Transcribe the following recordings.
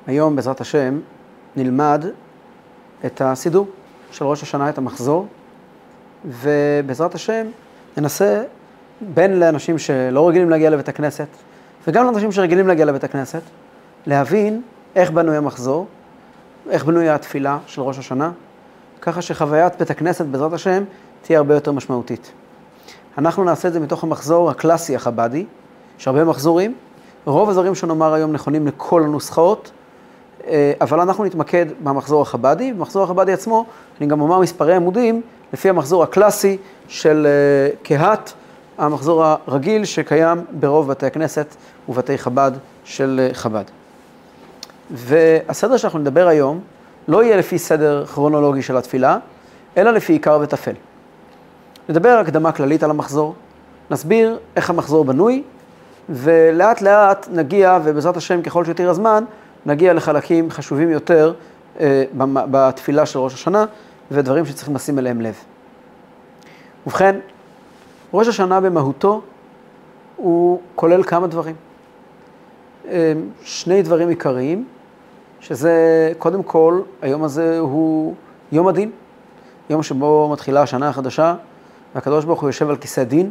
היום בעזרת השם נלמד את הסידור של ראש השנה, את המחזור, ובעזרת השם ננסה בין לאנשים שלא רגילים להגיע לבית הכנסת, וגם לאנשים שרגילים להגיע לבית הכנסת, להבין איך בנוי המחזור, איך בנוי התפילה של ראש השנה, ככה שחוויית בית הכנסת בעזרת השם תהיה הרבה יותר משמעותית. אנחנו נעשה את זה מתוך המחזור הקלאסי החבדי, יש הרבה מחזורים, רוב הדברים שנאמר היום נכונים לכל הנוסחאות, אבל אנחנו נתמקד במחזור החבדי. במחזור החבדי עצמו אני גם אומר מספרי עמודים לפי המחזור הקלאסי של קהת, המחזור הרגיל שקיים ברוב בתי הכנסת ובתי חב"ד של חב"ד. והסדר שאנחנו נדבר היום לא יהיה לפי סדר כרונולוגי של התפילה, אלא לפי עיקר וטפל. נדבר הקדמה כללית על המחזור, נסביר איך המחזור בנוי, ולאט לאט נגיע, ובעזרת השם ככל שיותר הזמן, נגיע לחלקים חשובים יותר בתפילה של ראש השנה, ודברים שצריכים לשים אליהם לב. ובכן, ראש השנה במהותו הוא כולל כמה דברים. שני דברים עיקריים, שזה קודם כל, היום הזה הוא יום הדין, יום שבו מתחילה השנה החדשה, והקדוש ברוך הוא יושב על כיסא דין,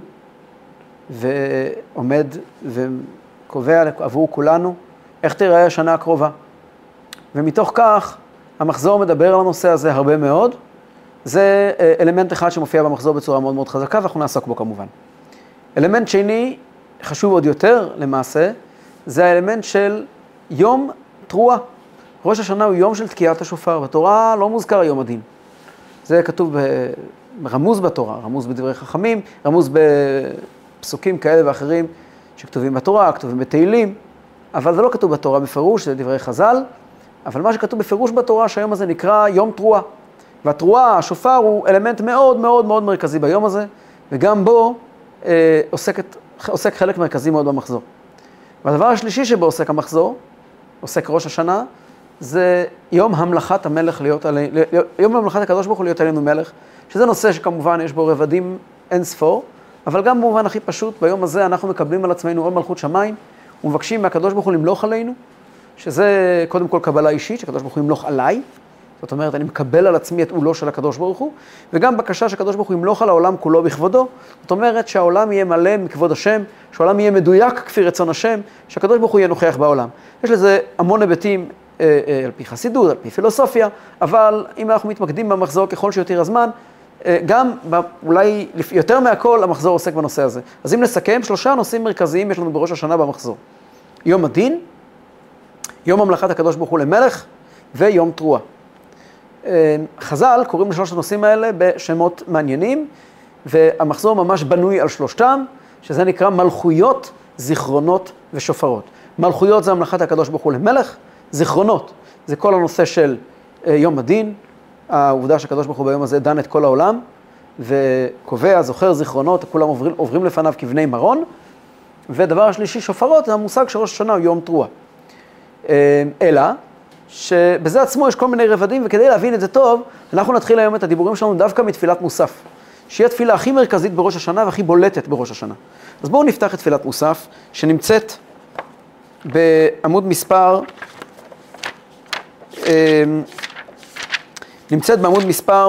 ועומד וקובע עבור כולנו איך תיראה השנה הקרובה. ומתוך כך המחזור מדבר על הנושא הזה הרבה מאוד. זה אלמנט אחד שמופיע במחזור בצורה מאוד מאוד חזקה, ואנחנו נעסוק בו כמובן. אלמנט שני, חשוב עוד יותר למעשה, זה האלמנט של יום תרועה. ראש השנה הוא יום של תקיעת השופר, בתורה לא מוזכר יום הדין. זה כתוב רמוז בתורה, רמוז בדברי חכמים, רמוז בפסוקים כאלה ואחרים שכתובים בתורה, כתובים בתהילים, אבל זה לא כתוב בתורה בפירוש, זה דברי חז"ל, אבל מה שכתוב בפירוש בתורה שהיום הזה נקרא יום תרועה. והתרועה, השופר, הוא אלמנט מאוד מאוד מאוד מרכזי ביום הזה, וגם בו עוסק חלק מרכזי מאוד במחזור. והדבר השלישי שבו עוסק המחזור, עוסק ראש השנה, זה יום המלכת המלך יום המלכת הקדוש ברוך הוא להיות עלינו מלך, שזה נושא שכמובן יש בו רבדים אין ספור, אבל גם במובן הכי פשוט, ביום הזה אנחנו מקבלים על עצמנו עול מלכות שמיים, ומבקשים מהקדוש ברוך הוא למלוך עלינו, שזה קודם כל קבלה אישית, שהקדוש ברוך הוא ימלוך עליי, זאת אומרת, אני מקבל על עצמי את עולו של הקדוש ברוך הוא, וגם בקשה שהקדוש ברוך הוא ימלוך על העולם כולו בכבודו, זאת אומרת שהעולם יהיה מלא מכבוד השם, שהעולם יהיה מדויק כפי רצון השם, שהקדוש ברוך הוא יהיה נוכח בעולם. יש לזה המון היבטים על פי חסידות, על פי פילוסופיה, אבל אם אנחנו מתמקדים במחזור ככל שיותר הזמן, גם אולי יותר מהכל המחזור עוסק בנושא הזה. אז אם נסכם, 3 נושאים מרכזיים יש לנו בראש השנה במחזור. יום הדין, יום המלכת הקדוש ברוך הוא למלך, ויום תרועה. חז"ל קוראים ל3 הנושאים האלה בשמות מעניינים, והמחזור ממש בנוי על 3, שזה נקרא מלכויות, זיכרונות ושופרות. מלכויות זה המלכת הקדוש ברוך הוא למלך, זיכרונות זה כל הנושא של יום הדין, העובדה שהקדוש ברוך הוא ביום הזה דן את כל העולם, וקובע, זוכר זיכרונות, כולם עוברים לפניו כבני מרון, ודבר השלישי, שופרות, זה המושג של ראש השנה הוא יום תרועה. אלא, שבזה עצמו יש כל מיני רבדים, וכדי להבין את זה טוב, אנחנו נתחיל היום את הדיבורים שלנו דווקא מתפילת מוסף, שהיא התפילה הכי מרכזית בראש השנה והכי בולטת בראש השנה. אז בואו נפתח את תפילת מוסף, שנמצאת בעמוד מספר, נמצאת בעמוד מספר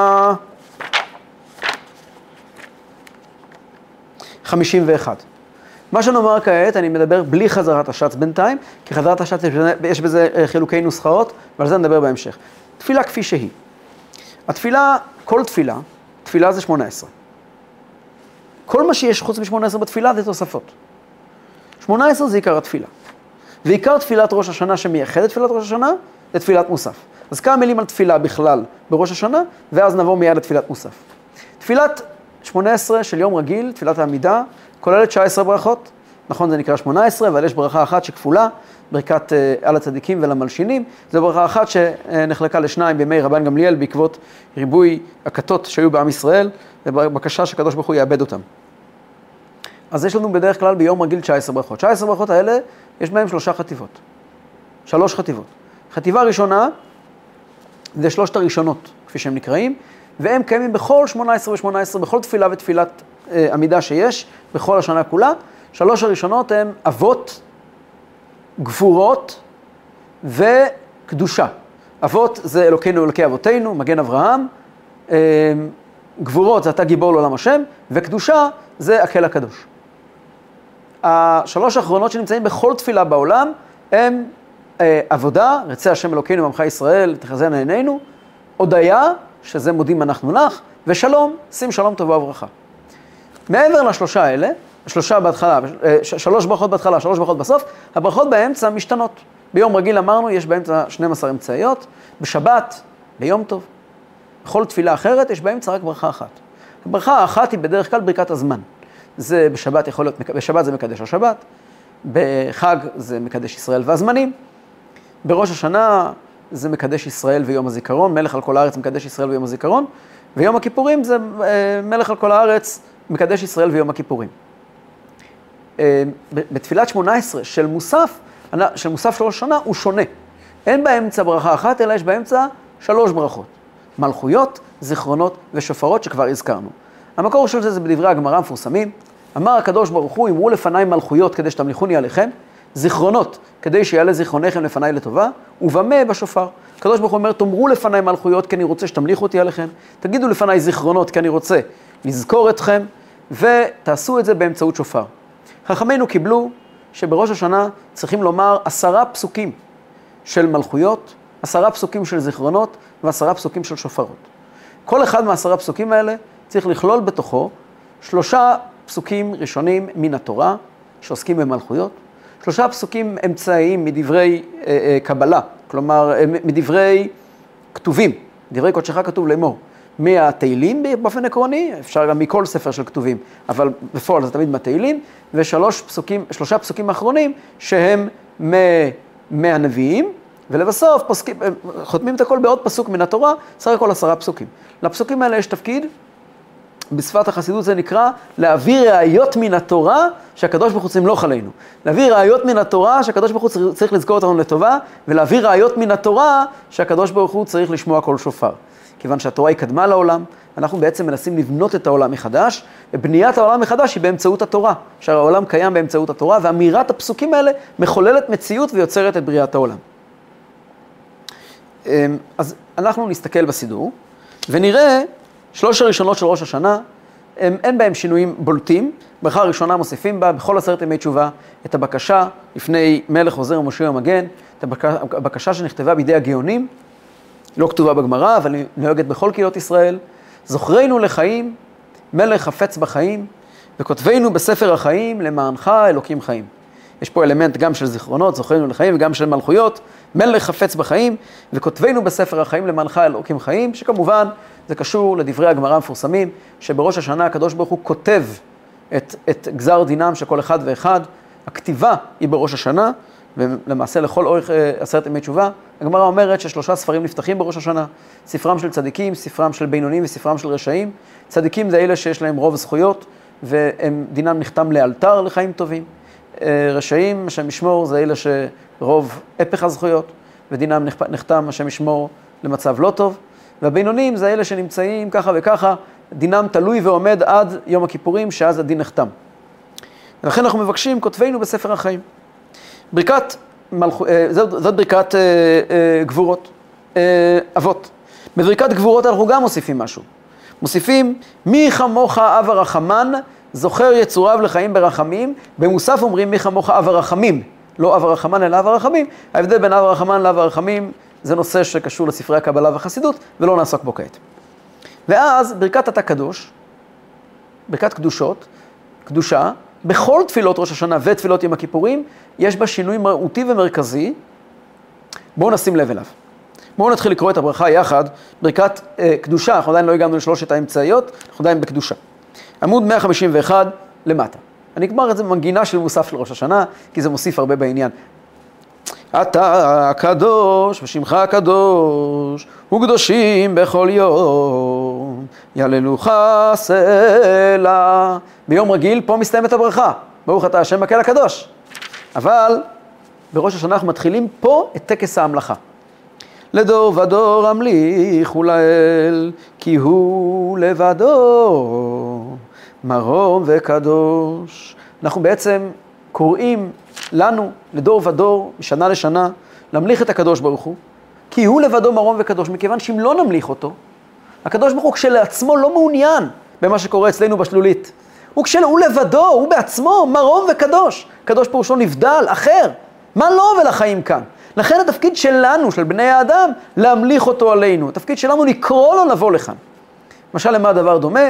151. מה שנאמר כעת, אני מדבר בלי חזרת השץ בינתיים, כי חזרת השץ יש בזה חילוקי נוסחאות, ועל זה נדבר בהמשך. תפילה כפי שהיא. התפילה, כל תפילה, תפילה זה 18. כל מה שיש חוץ מ-18 בתפילה זה תוספות. 18 זה עיקר התפילה. ועיקר תפילת ראש השנה שמייחד את תפילת ראש השנה, זה תפילת מוסף. אז כמה מילים על תפילה בכלל בראש השנה, ואז נבוא מיד לתפילת מוסף. תפילת 18 של יום רגיל, תפילת העמידה, כוללת 19 ברכות. נכון, זה נקרא 18, אבל יש ברכה אחת שכפולה, ברכת על הצדיקים ולמלשינים. זו ברכה אחת שנחלקה לשניים בימי רבן גמליאל, בעקבות ריבוי הכתות שהיו בעם ישראל, ובקשה שהקדוש ברוך הוא יאבד אותם. אז יש לנו בדרך כלל ביום רגיל 19 ברכות. 19 ברכות האלה, יש בהם 3 חטיבות. 3 חטיבות. חטיבה ראשונה, זה 3 הראשונות, כפי שהם נקראים, והם קיימים בכל 18 ו-18, בכל תפילה ותפילת עמידה שיש, בכל השנה כולה. 3 הראשונות הם אבות, גבורות וקדושה. אבות זה אלוקינו אלוקי אבותינו, מגן אברהם, גבורות זה אתה גיבור לעולם השם, וקדושה זה הקהל הקדוש. השלוש האחרונות שנמצאים בכל תפילה בעולם הם עבודה, רצה השם אלוקינו ועמך ישראל, תחזינה עינינו, הודיה, שזה מודים אנחנו לך, ושלום, שים שלום טובה וברכה. מעבר לשלושה האלה, שלוש ברכות בהתחלה, שלוש ברכות בסוף, הברכות באמצע משתנות. ביום רגיל אמרנו, יש באמצע 12 אמצעיות, בשבת, ביום טוב. בכל תפילה אחרת יש באמצע רק ברכה אחת. הברכה האחת היא בדרך כלל ברכת הזמן. זה בשבת יכול להיות, בשבת זה מקדש השבת, בחג זה מקדש ישראל והזמנים, בראש השנה זה מקדש ישראל ויום הזיכרון, מלך על כל הארץ מקדש ישראל ויום הזיכרון, ויום הכיפורים זה מלך על כל הארץ מקדש ישראל ויום הכיפורים. בתפילת 18 של מוסף של ראש השנה הוא שונה. אין באמצע ברכה אחת, אלא יש באמצע 3 ברכות. מלכויות, זיכרונות ושופרות שכבר הזכרנו. המקור של זה בדברי הגמרא המפורסמים. אמר הקדוש ברוך הוא, אמרו לפניי מלכויות כדי שתמליכוני עליכם, זיכרונות כדי שיעלה זיכרונכם לפניי לטובה, ובמה בשופר. הקדוש ברוך הוא אומר, תאמרו לפניי מלכויות כי אני רוצה שתמליכו אותי עליכם, תגידו לפניי זיכרונות כי אני רוצה לזכור אתכם, ותעשו את זה באמצעות שופר. חכמינו קיבלו שבראש השנה צריכים לומר 10 פסוקים של מלכויות, 10 פסוקים של זיכרונות ו10 פסוקים של שופרות. כל אחד מה10 פסוקים האלה צריך לכלול בתוכו 3 פסוקים ראשונים מן התורה שעוסקים במלכויות, 3 פסוקים אמצעיים מדברי קבלה, כלומר מדברי כתובים, דברי קודשך כתוב לאמור, מהתהילים באופן עקרוני, אפשר גם מכל ספר של כתובים, אבל בפועל זה תמיד מהתהילים, ו3 פסוקים אחרונים שהם מהנביאים, ולבסוף חותמים את הכל בעוד פסוק מן התורה, סך הכל 10 פסוקים. לפסוקים האלה יש תפקיד, בשפת החסידות זה נקרא להביא ראיות מן התורה שהקדוש ברוך הוא ימלוך עלינו. להביא ראיות מן התורה שהקדוש ברוך הוא צריך לזכור אותנו לטובה, ולהביא ראיות מן התורה שהקדוש ברוך הוא צריך לשמוע כל שופר. כיוון שהתורה היא קדמה לעולם, אנחנו בעצם מנסים לבנות את העולם מחדש, ובניית העולם מחדש היא באמצעות התורה, שהעולם קיים באמצעות התורה, ואמירת הפסוקים האלה מחוללת מציאות ויוצרת את בריאת העולם. אז אנחנו נסתכל בסידור, ונראה 3 הראשונות של ראש השנה, אין בהם שינויים בולטים. ברכה הראשונה מוסיפים בה, בכל 10 ימי תשובה, את הבקשה לפני מלך עוזר ומשה ומגן, את הבקשה שנכתבה בידי הגאונים, לא כתובה בגמרא, אבל היא נוהגת בכל קהילות ישראל. זוכרנו לחיים, מלך חפץ בחיים, וכותבנו בספר החיים למענך אלוקים חיים. יש פה אלמנט גם של זיכרונות, זוכרנו לחיים, וגם של מלכויות, מלך חפץ בחיים, וכותבנו בספר החיים למענך אלוקים חיים, שכמובן זה קשור לדברי הגמרא המפורסמים, שבראש השנה הקדוש ברוך הוא כותב את גזר דינם של כל אחד ואחד. הכתיבה היא בראש השנה, ולמעשה לכל אורך 10 ימי תשובה, הגמרא אומרת ש3 ספרים נפתחים בראש השנה, ספרם של צדיקים, ספרם של בינונים וספרם של רשעים. צדיקים זה אלה שיש להם רוב זכויות, ודינם נחתם לאלתר לחיים טובים. רשעים, השם ישמור, זה אלה שרוב הפך הזכויות, ודינם נחתם, השם ישמור, למצב לא טוב. והבינונים זה אלה שנמצאים ככה וככה, דינם תלוי ועומד עד יום הכיפורים, שאז הדין נחתם. ולכן אנחנו מבקשים, כותבנו בספר החיים. זאת ברכת גבורות, אבות. בברכת גבורות אנחנו גם מוסיפים משהו. מוסיפים, מי כמוך אב הרחמן, זוכר יצוריו לחיים ברחמים. במוסף אומרים, מי כמוך אב הרחמים. לא אב הרחמן אלא אב הרחמים. ההבדל בין אב הרחמן לאב הרחמים, זה נושא שקשור לספרי הקבלה והחסידות, ולא נעסוק בו כעת. ואז ברכת אתה קדוש, ברכת קדושות, קדושה, בכל תפילות ראש השנה ותפילות יום הכיפורים, יש בה שינוי מהותי ומרכזי. בואו נשים לב אליו. בואו נתחיל לקרוא את הברכה יחד, ברכת קדושה, אנחנו עדיין לא הגענו ל3 האמצעיות, אנחנו עדיין בקדושה. עמוד 151 למטה. אני אגמר את זה במנגינה של מוסף של ראש השנה, כי זה מוסיף הרבה בעניין. אתה הקדוש ושמך הקדוש, וקדושים בכל יום, יעללוך סלע. ביום רגיל פה מסתיימת הברכה, ברוך אתה השם הקהל הקדוש. אבל בראש השנה אנחנו מתחילים פה את טקס ההמלכה. לדור ודור המליכו לאל, כי הוא לבדו מרום וקדוש. אנחנו בעצם קוראים לנו, לדור ודור, משנה לשנה, להמליך את הקדוש ברוך הוא, כי הוא לבדו מרום וקדוש, מכיוון שאם לא נמליך אותו, הקדוש ברוך הוא כשלעצמו לא מעוניין במה שקורה אצלנו בשלולית. הוא לבדו, הוא בעצמו מרום וקדוש. קדוש פירושו נבדל, אחר. מה לא ולחיים כאן? לכן התפקיד שלנו, של בני האדם, להמליך אותו עלינו. התפקיד שלנו לקרוא לו לבוא לכאן. למשל, למה הדבר דומה?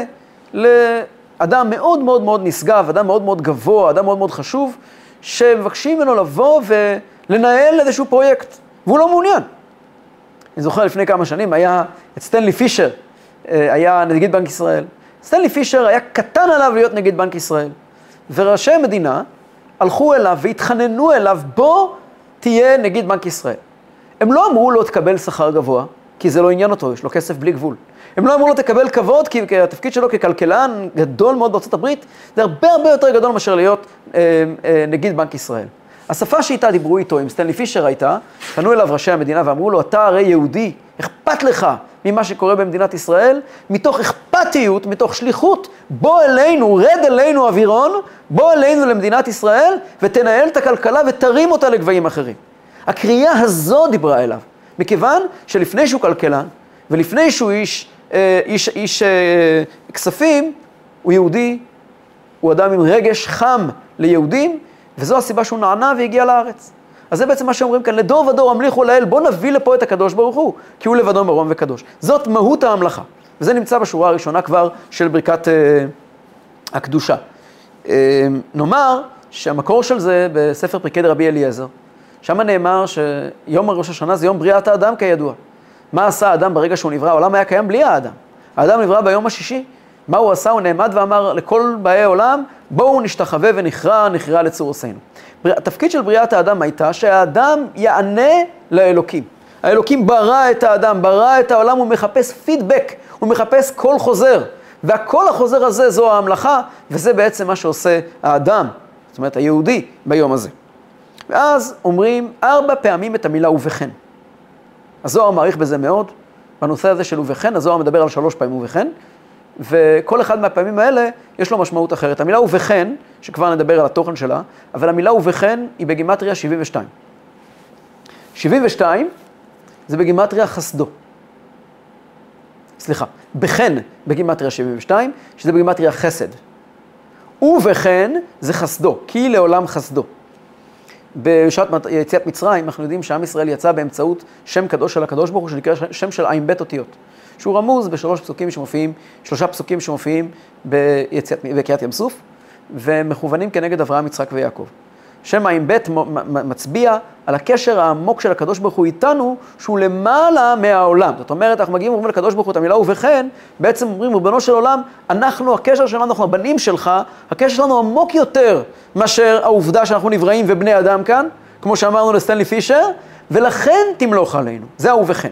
לאדם מאוד מאוד מאוד נשגב, אדם מאוד מאוד גבוה, אדם מאוד מאוד חשוב, שמבקשים ממנו לבוא ולנהל איזשהו פרויקט, והוא לא מעוניין. אני זוכר לפני כמה שנים, היה את סטנלי פישר, היה נגיד בנק ישראל. סטנלי פישר היה קטן עליו להיות נגיד בנק ישראל. וראשי המדינה הלכו אליו והתחננו אליו, בוא תהיה נגיד בנק ישראל. הם לא אמרו לו תקבל שכר גבוה, כי זה לא עניין אותו, יש לו כסף בלי גבול. הם לא אמרו לו תקבל כבוד, כי התפקיד שלו ככלכלן גדול מאוד בארצות הברית, זה הרבה יותר גדול מאשר להיות נגיד בנק ישראל. השפה שאיתה דיברו איתו, עם סטנלי פישר הייתה, פנו אליו ראשי המדינה ואמרו לו, אתה הרי יהודי, אכפת לך ממה שקורה במדינת ישראל, מתוך אכפתיות, מתוך שליחות, בוא אלינו, רד אלינו אווירון, בוא אלינו למדינת ישראל, ותנהל את הכלכלה ותרים אותה לגבהים אחרים. הקריאה הזו דיברה אליו, מכיוון שלפני שהוא כלכלן, ולפני שהוא איש כספים, הוא יהודי, הוא אדם עם רגש חם ליהודים, וזו הסיבה שהוא נענה והגיע לארץ. אז זה בעצם מה שאומרים כאן, לדור ודור המליכו לאל, בוא נביא לפה את הקדוש ברוך הוא, כי הוא לבדו מרום וקדוש. זאת מהות ההמלכה. וזה נמצא בשורה הראשונה כבר של ברכת הקדושה. נאמר שהמקור של זה בספר פרקי דרבי אליעזר, שם נאמר שיום ראש השנה זה יום בריאת האדם כידוע. מה עשה האדם ברגע שהוא נברא? העולם היה קיים בלי האדם. האדם נברא ביום השישי. מה הוא עשה? הוא נעמד ואמר לכל באי העולם, בואו נשתחווה ונכרע לצור עשינו. התפקיד של בריאת האדם הייתה שהאדם יענה לאלוקים. האלוקים ברא את האדם, ברא את העולם, הוא מחפש פידבק, הוא מחפש קול חוזר. והקול החוזר הזה זו ההמלכה, וזה בעצם מה שעושה האדם, זאת אומרת היהודי, ביום הזה. ואז אומרים 4 פעמים את המילה ובכן. הזוהר מעריך בזה מאוד, בנושא הזה של ובכן, הזוהר מדבר על 3 פעמים ובכן, וכל אחד מהפעמים האלה יש לו משמעות אחרת. המילה ובכן, שכבר נדבר על התוכן שלה, אבל המילה ובכן היא בגימטריה 72. 72 זה בגימטריה חסדו. סליחה, בכן בגימטריה 72, שזה בגימטריה חסד. ובכן זה חסדו, כי לעולם חסדו. בשעת יציאת מצרים אנחנו יודעים שעם ישראל יצא באמצעות שם קדוש של הקדוש ברוך הוא, שנקרא שם של עין בית אותיות. שהוא רמוז ב3 פסוקים שמופיעים בקריאת ים סוף, ומכוונים כנגד אברהם, יצחק ויעקב. שם עין בית מצביע על הקשר העמוק של הקדוש ברוך הוא איתנו, שהוא למעלה מהעולם. זאת אומרת, אנחנו מגיעים ואומרים לקדוש ברוך הוא את המילה ובכן, בעצם אומרים, ריבונו של עולם, הקשר שלנו, אנחנו הבנים שלך, הקשר שלנו עמוק יותר מאשר העובדה שאנחנו נבראים ובני אדם כאן, כמו שאמרנו לסטנלי פישר, ולכן תמלוך עלינו. זה ובכן.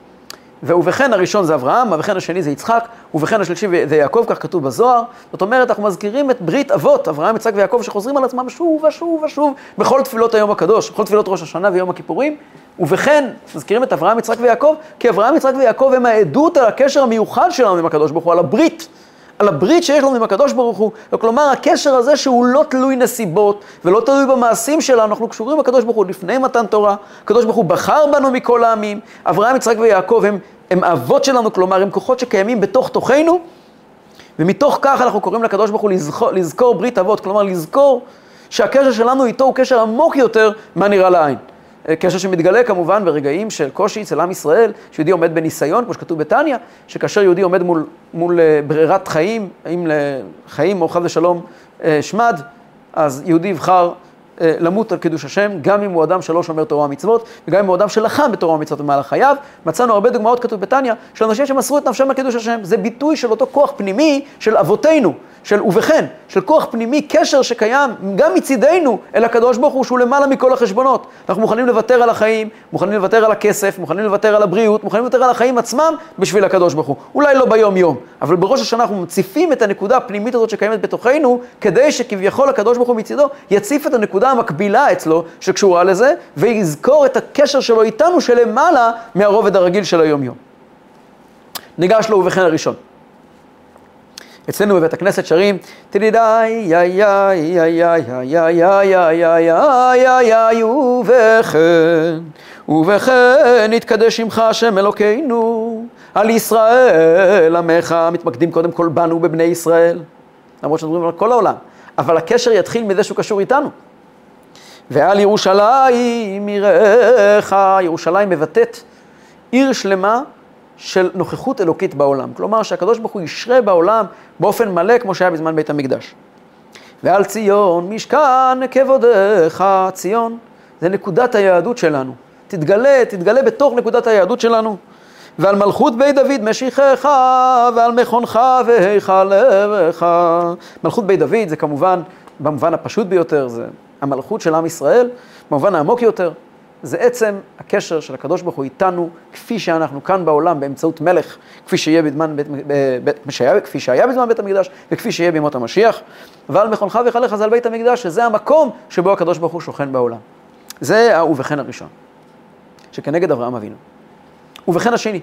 ובכן הראשון זה אברהם, ובכן השני זה יצחק, ובכן השלישי זה יעקב, כך כתוב בזוהר. זאת אומרת, אנחנו מזכירים את ברית אבות, אברהם, יצחק ויעקב, שחוזרים על עצמם שוב ושוב ושוב, בכל תפילות היום הקדוש, בכל תפילות ראש השנה ויום הכיפורים. ובכן, מזכירים את אברהם, יצחק ויעקב, כי אברהם, יצחק ויעקב הם העדות על הקשר המיוחד שלנו עם הקדוש ברוך הוא, על הברית שיש לנו עם הקדוש ברוך הוא. כלומר, הקשר הזה שהוא לא תלוי נסיבות ולא תלוי במעשים שלנו, אנחנו קשורים לקדוש ברוך הוא לפני מתן תורה. הקדוש ברוך הוא בחר בנו מכל העמים. אברהם, יצחק ויעקב הם אבות שלנו, כלומר, הם כוחות שקיימים בתוך תוכנו, ומתוך כך אנחנו קוראים לקדוש ברוך הוא לזכור ברית אבות, כלומר, לזכור שהקשר שלנו איתו הוא קשר עמוק יותר מה נראה לעין. קשר שמתגלה כמובן ברגעים של קושי אצל עם ישראל, שיהודי עומד בניסיון, כמו שכתוב בתניא, שכאשר יהודי עומד מול ברירת חיים, האם לחיים או חס ושלום שמד, אז יהודי יבחר למות על קידוש השם, גם אם הוא אדם שלא שומר תורה ומצוות, וגם אם הוא אדם שלחם בתורה ומצוות במהלך חייו. מצאנו הרבה דוגמאות, כתוב בתניא, של אנשים שמסרו את נפשם על קידוש השם. זה ביטוי של אותו כוח פנימי של אבותינו, של ובכן, של כוח פנימי, קשר שקיים גם מצידנו אל הקדוש ברוך הוא, שהוא למעלה מכל החשבונות. אנחנו מוכנים לוותר על החיים, מוכנים לוותר על הכסף, מוכנים לוותר על הבריאות, מוכנים לוותר על החיים עצמם בשביל הקדוש ברוך הוא. אולי לא ביום יום, אבל בראש השנה אנחנו מציפים את הנקודה הפנימית הזאת שקיימת בתוכנו, כדי שכביכול הקדוש ברוך הוא מצידו יציף את הנקודה המקבילה אצלו שקשורה לזה, ויזכור את הקשר שלו איתנו שלמעלה מהרובד הרגיל של היום יום. ניגש לו ובכן הראשון. אצלנו בבית הכנסת שרים, תדידי, יא יא יא יא יא יא יא יא יא יא יא ובכן יתקדש שמך השם אלוקינו, על ישראל עמך, מתמקדים קודם כל בנו בבני ישראל, למרות שמדברים על כל העולם, אבל הקשר יתחיל מזה שהוא קשור איתנו. ועל ירושלים יראך, ירושלים מבטאת עיר שלמה של נוכחות אלוקית בעולם. כלומר שהקדוש ברוך הוא ישרה בעולם באופן מלא כמו שהיה בזמן בית המקדש. ועל ציון משכן כבודך, ציון זה נקודת היהדות שלנו. תתגלה בתוך נקודת היהדות שלנו. ועל מלכות בית דוד משיחך ועל מכונך והיכל לבך. מלכות בית דוד זה כמובן במובן הפשוט ביותר, זה המלכות של עם ישראל, במובן העמוק יותר. זה עצם הקשר של הקדוש ברוך הוא איתנו, כפי שאנחנו כאן בעולם באמצעות מלך, כפי שהיה בזמן בית המקדש, וכפי שיהיה בימות המשיח. ועל מכונך והיכל לבך זה על בית המקדש, שזה המקום שבו הקדוש ברוך הוא שוכן בעולם. זה ובכן הראשון, שכנגד אברהם אבינו. ובכן השני,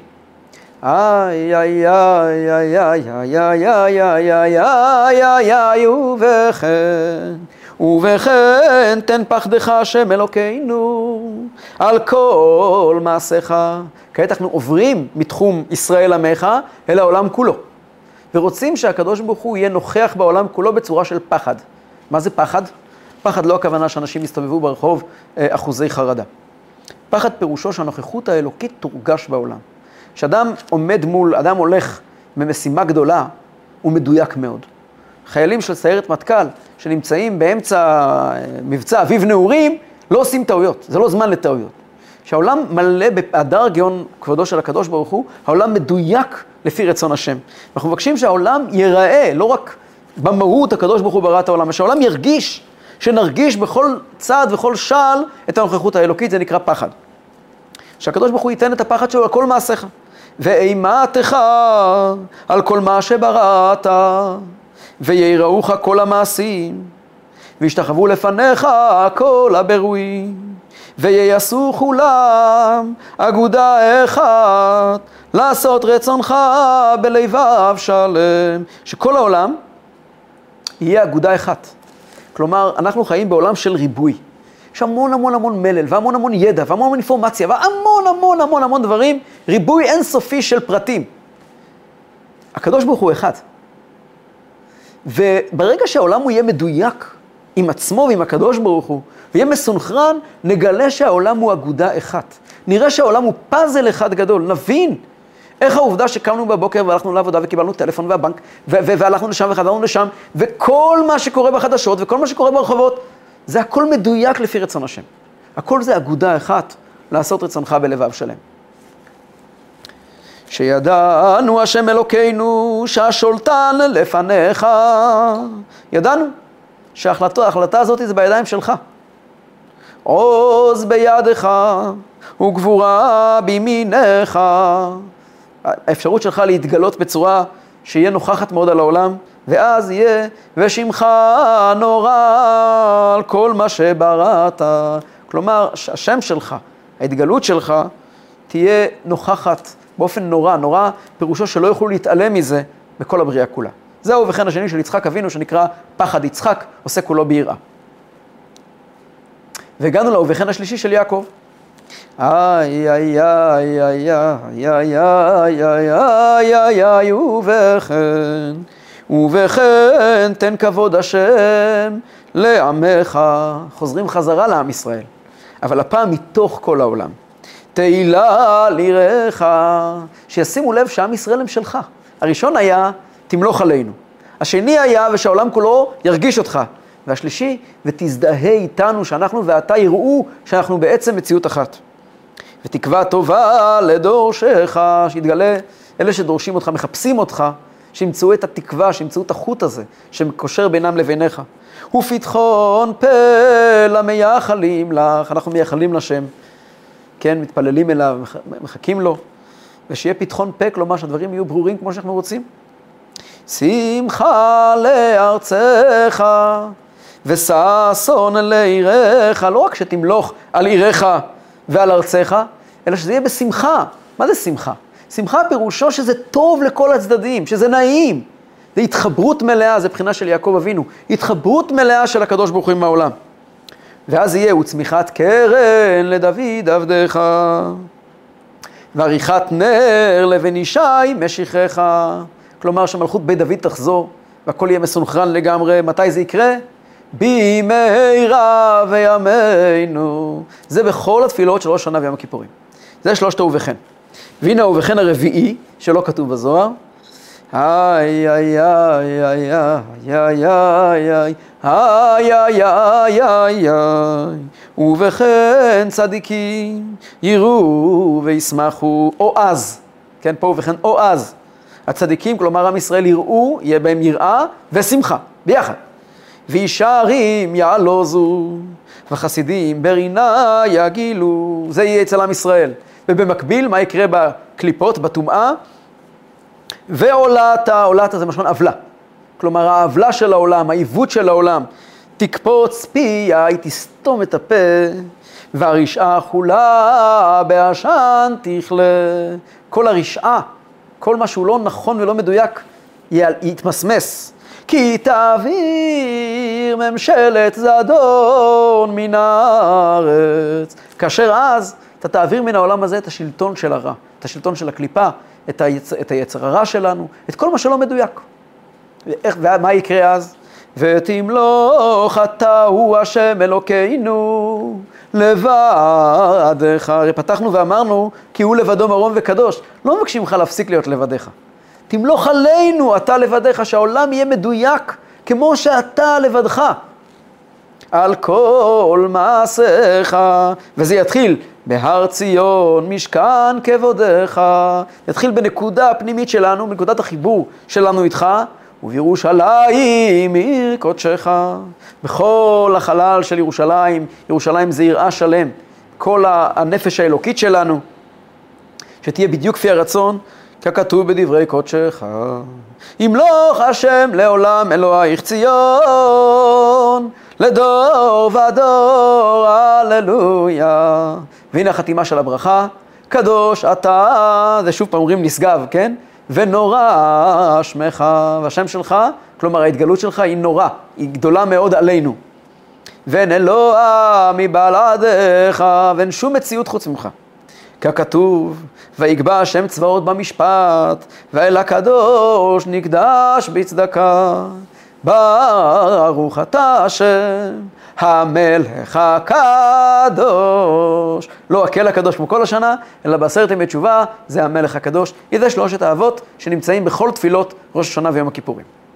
ובכן תן פחדך השם אלוקינו על כל מעשיך. כעת אנחנו עוברים מתחום ישראל עמך אל העולם כולו, ורוצים שהקדוש ברוך הוא יהיה נוכח בעולם כולו בצורה של פחד. מה זה פחד? פחד לא הכוונה שאנשים יסתובבו ברחוב אחוזי חרדה. פחד פירושו שהנוכחות האלוקית תורגש בעולם. כשאדם עומד מול, אדם הולך במשימה גדולה, הוא מדויק מאוד. חיילים של סיירת מטכ"ל שנמצאים באמצע מבצע אביב נעורים, לא עושים טעויות, זה לא זמן לטעויות. כשהעולם מלא בהדר גאון כבודו של הקדוש ברוך הוא, העולם מדויק לפי רצון השם. אנחנו מבקשים שהעולם ייראה, לא רק במהות הקדוש ברוך הוא ברא את העולם, שהעולם ירגיש, שנרגיש בכל צעד וכל שעל את הנוכחות האלוקית, זה נקרא פחד. שהקדוש ברוך הוא ייתן את הפחד שלו על כל מעשיך. ואימתך על כל מה שבראת, ויראוך כל המעשים, וישתחוו לפניך כל הברואים, וייסו כולם אגודה אחת, לעשות רצונך בלבב שלם. שכל העולם יהיה אגודה אחת. כלומר, אנחנו חיים בעולם של ריבוי. יש המון המון המון מלל, והמון המון ידע, והמון המון אינפורמציה, והמון המון המון המון דברים, ריבוי אינסופי של פרטים. הקדוש ברוך הוא אחד. וברגע שהעולם הוא יהיה מדויק עם עצמו ועם הקדוש ברוך הוא, ויהיה מסונכרן, נגלה שהעולם הוא אגודה אחת. נראה שהעולם הוא פאזל אחד גדול, נבין איך העובדה שקמנו בבוקר והלכנו לעבודה וקיבלנו טלפון והבנק, והלכנו לשם וחזרנו לשם, וכל מה שקורה בחדשות וכל מה שקורה ברחובות, זה הכל מדויק לפי רצון השם. הכל זה אגודה אחת, לעשות רצונך בלבב שלם. שידענו השם אלוקינו שהשולטן לפניך. ידענו שההחלטה הזאת זה בידיים שלך. עוז בידך וגבורה בימינך. האפשרות שלך להתגלות בצורה שיהיה נוכחת מאוד על העולם, ואז יהיה ושמך נורא על כל מה שבראת. כלומר, השם שלך, ההתגלות שלך, תהיה נוכחת באופן נורא. נורא פירושו שלא יוכלו להתעלם מזה בכל הבריאה כולה. זהו וכן השני של יצחק אבינו, שנקרא פחד יצחק, עושה כולו ביראה. והגענו לו וכן השלישי של יעקב. ובכן תן כבוד השם לעמך. חוזרים חזרה לעם ישראל, אבל הפעם מתוך כל העולם. תהילה ליראך, שישימו לב שעם ישראל הם שלך. הראשון היה תמלוך עלינו, השני היה ושהעולם כולו ירגיש אותך, והשלישי ותזדהה איתנו, שאנחנו ואתה יראו שאנחנו בעצם מציאות אחת. ותקווה טובה לדורשך, שיתגלה אלה שדורשים אותך, מחפשים אותך, שימצאו את התקווה, שימצאו את החוט הזה שמקושר בינם לביניך. ופתחון פה למייחלים לך, אנחנו מייחלים לשם, כן, מתפללים אליו, מחכים לו, ושיהיה פתחון פה, כלומר שהדברים יהיו ברורים כמו שאנחנו רוצים. שמחה לארצך וששון לעירך, לא רק שתמלוך על עירך ועל ארצך, אלא שזה יהיה בשמחה. מה זה שמחה? שמחה פירושו שזה טוב לכל הצדדים, שזה נעים, זה התחברות מלאה, זה בחינה של יעקב אבינו, התחברות מלאה של הקדוש ברוך הוא עם העולם. ואז יהיה וצמיחת קרן לדוד עבדך, ועריכת נר לבן ישי משיחך. כלומר שמלכות בית דוד תחזור, והכל יהיה מסונכרן לגמרי. מתי זה יקרה? במהרה וימינו. זה בכל התפילות של ראש השנה ויום הכיפורים. זה שלושת ובכן. והנה ובכן הרביעי, שלא כתוב בזוהר. איי איי איי איי איי איי איי איי איי איי ובכן צדיקים יראו וישמחו, או אז, כן, פה ובכן או אז. הצדיקים, כלומר עם ישראל יראו, יהיה בהם יראה ושמחה, ביחד. וישרים יעלוזו, וחסידים ברינה יגילו, זה יהיה אצל עם ישראל. ובמקביל, מה יקרה בקליפות, בטומאה? ועולתה, עולתה זה משמעות עוולה. כלומר, העוולה של העולם, העיוות של העולם, תקפוץ פיה, היא תסתום את הפה, והרשעה חולה בעשן תכלה. כל הרשעה, כל מה שהוא לא נכון ולא מדויק, יתמסמס. כי תעביר ממשלת זדון מן הארץ. כאשר אז אתה תעביר מן העולם הזה את השלטון של הרע, את השלטון של הקליפה, את היצר הרע שלנו, את כל מה שלא מדויק. ומה יקרה אז? ותמלוך אתה הוא השם אלוקינו לבדך. הרי פתחנו ואמרנו כי הוא לבדו מרום וקדוש. לא מבקשים לך להפסיק להיות לבדך. תמלוך עלינו אתה לבדך, שהעולם יהיה מדויק כמו שאתה לבדך. על כל מעשיך, וזה יתחיל בהר ציון משכן כבודך. יתחיל בנקודה הפנימית שלנו, בנקודת החיבור שלנו איתך, ובירושלים עיר קודשך. בכל החלל של ירושלים, ירושלים זה יראה שלם, כל הנפש האלוקית שלנו, שתהיה בדיוק כפי הרצון, ככתוב בדברי קודשך. ימלוך השם לעולם אלוהיך ציון, לדור ודור, הללויה. והנה החתימה של הברכה, קדוש אתה, זה שוב פעם אומרים נשגב, כן? ונורא שמך, והשם שלך, כלומר ההתגלות שלך היא נורא, היא גדולה מאוד עלינו. ואין אלוה מבלעדיך, ואין שום מציאות חוץ ממך. ככתוב, ויקבע השם צבאות במשפט, ואל הקדוש נקדש בצדקה. ברוך אתה השם, המלך הקדוש. לא הקל הקדוש כמו כל השנה, אלא בעשרת ימי תשובה, זה המלך הקדוש. זה שלושת האבות שנמצאים בכל תפילות ראש השנה ויום הכיפורים.